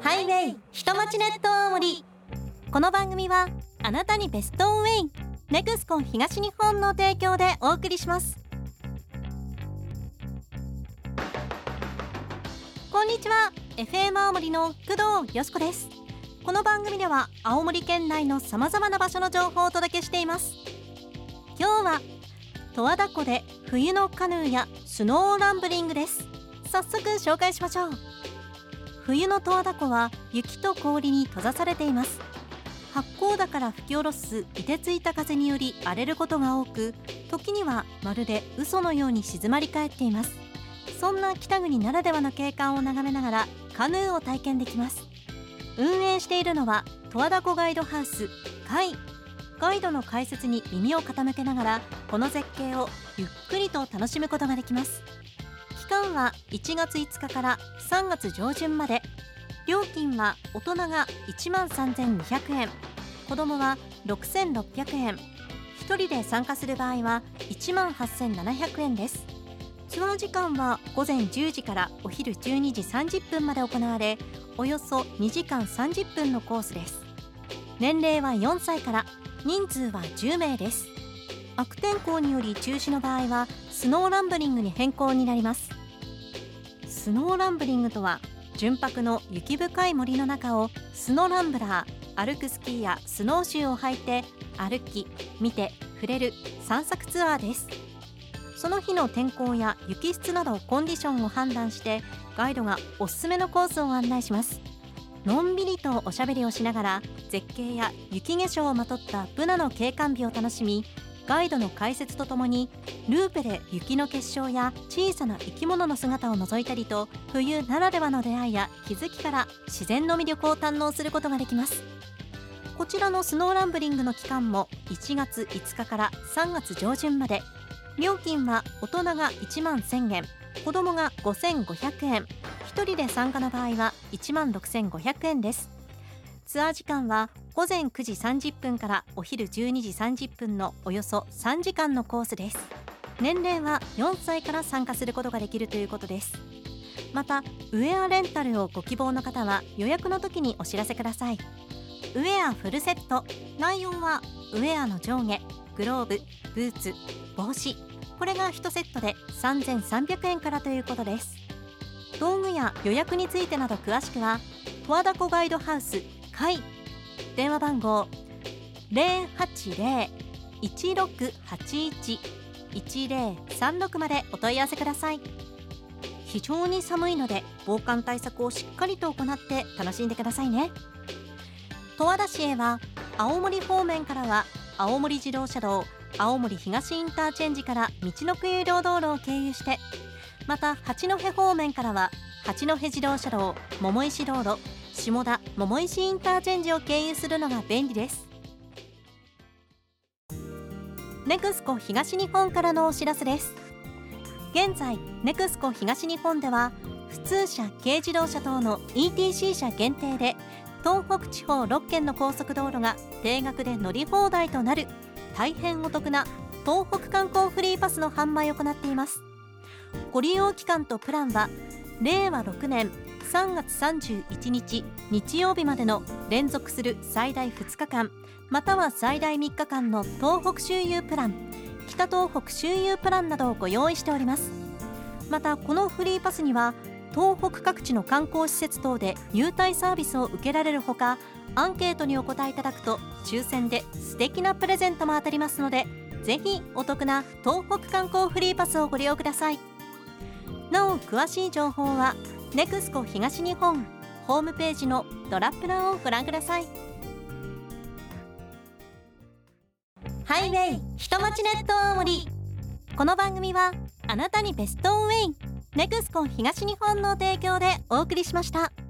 ハイウェイ下町ネット青森。この番組はあなたにベストウェイネクスコン東日本の提供でお送りします。こんにちは、 FM 青森の工藤よしこです。この番組では青森県内のさまざまな場所の情報をお届けしています。今日は十和田湖で冬のカヌーやスノーランブリングです。早速紹介しましょう。冬の十和田湖は雪と氷に閉ざされています。八甲田から吹き下ろす凍てついた風により荒れることが多く、時にはまるで嘘のように静まり返っています。そんな北国ならではの景観を眺めながらカヌーを体験できます。運営しているのは十和田湖ガイドハウス海。ガイドの解説に耳を傾けながらこの絶景をゆっくりと楽しむことができます。期間は1月5日から3月上旬まで。料金は大人が13,200円、子供は6,600円、1人で参加する場合は18,700円です。ツアー時間は午前10時からお昼12時30分まで行われ、およそ2時間30分のコースです。年齢は4歳から、人数は10名です。悪天候により中止の場合はスノーランブリングに変更になります。スノーランブリングとは、純白の雪深い森の中をスノーランブラー、歩くスキーやスノーシューを履いて歩き、見て、触れる散策ツアーです。その日の天候や雪質などコンディションを判断してガイドがおすすめのコースを案内します。のんびりとおしゃべりをしながら絶景や雪化粧をまとったブナの景観美を楽しみ、ガイドの解説とともにルーペで雪の結晶や小さな生き物の姿を覗いたりと、冬ならではの出会いや気づきから自然の魅力を堪能することができます。こちらのスノーランブリングの期間も1月5日から3月上旬まで。料金は大人が11,000円、子供が5,500円、1人で参加の場合は16,500円です。ツアー時間は午前9時30分からお昼12時30分のおよそ3時間のコースです。年齢は4歳から参加することができるということです。また、ウェアレンタルをご希望の方は予約の時にお知らせください。ウェアフルセット、内容はウェアの上下、グローブ、ブーツ、帽子、これが1セットで3,300円からということです。道具や予約についてなど詳しくは十和田湖ガイドハウス海、電話番号 080-1681-1036 までお問い合わせください。非常に寒いので防寒対策をしっかりと行って楽しんでくださいね。十和田市へは青森方面からは青森自動車道青森東インターチェンジから道のく有料道路を経由して、また八戸方面からは八戸自動車道桃石道路下田桃石インターチェンジを経由するのが便利です。ネクスコ東日本からのお知らせです。現在ネクスコ東日本では普通車軽自動車等の ETC 車限定で東北地方6県の高速道路が定額で乗り放題となる大変お得な東北観光フリーパスの販売を行っています。ご利用期間とプランは令和6年3月31日日曜日までの連続する最大2日間または最大3日間の東北周遊プラン、北東北周遊プランなどをご用意しております。またこのフリーパスには東北各地の観光施設等で優待サービスを受けられるほか、アンケートにお答えいただくと抽選で素敵なプレゼントも当たりますので、ぜひお得な東北観光フリーパスをご利用ください。なお詳しい情報はネクスコ東日本ホームページのドラップ欄をご覧ください。ハイウェイ下町ネット青森。この番組はあなたにベストウェイネクスコ東日本の提供でお送りしました。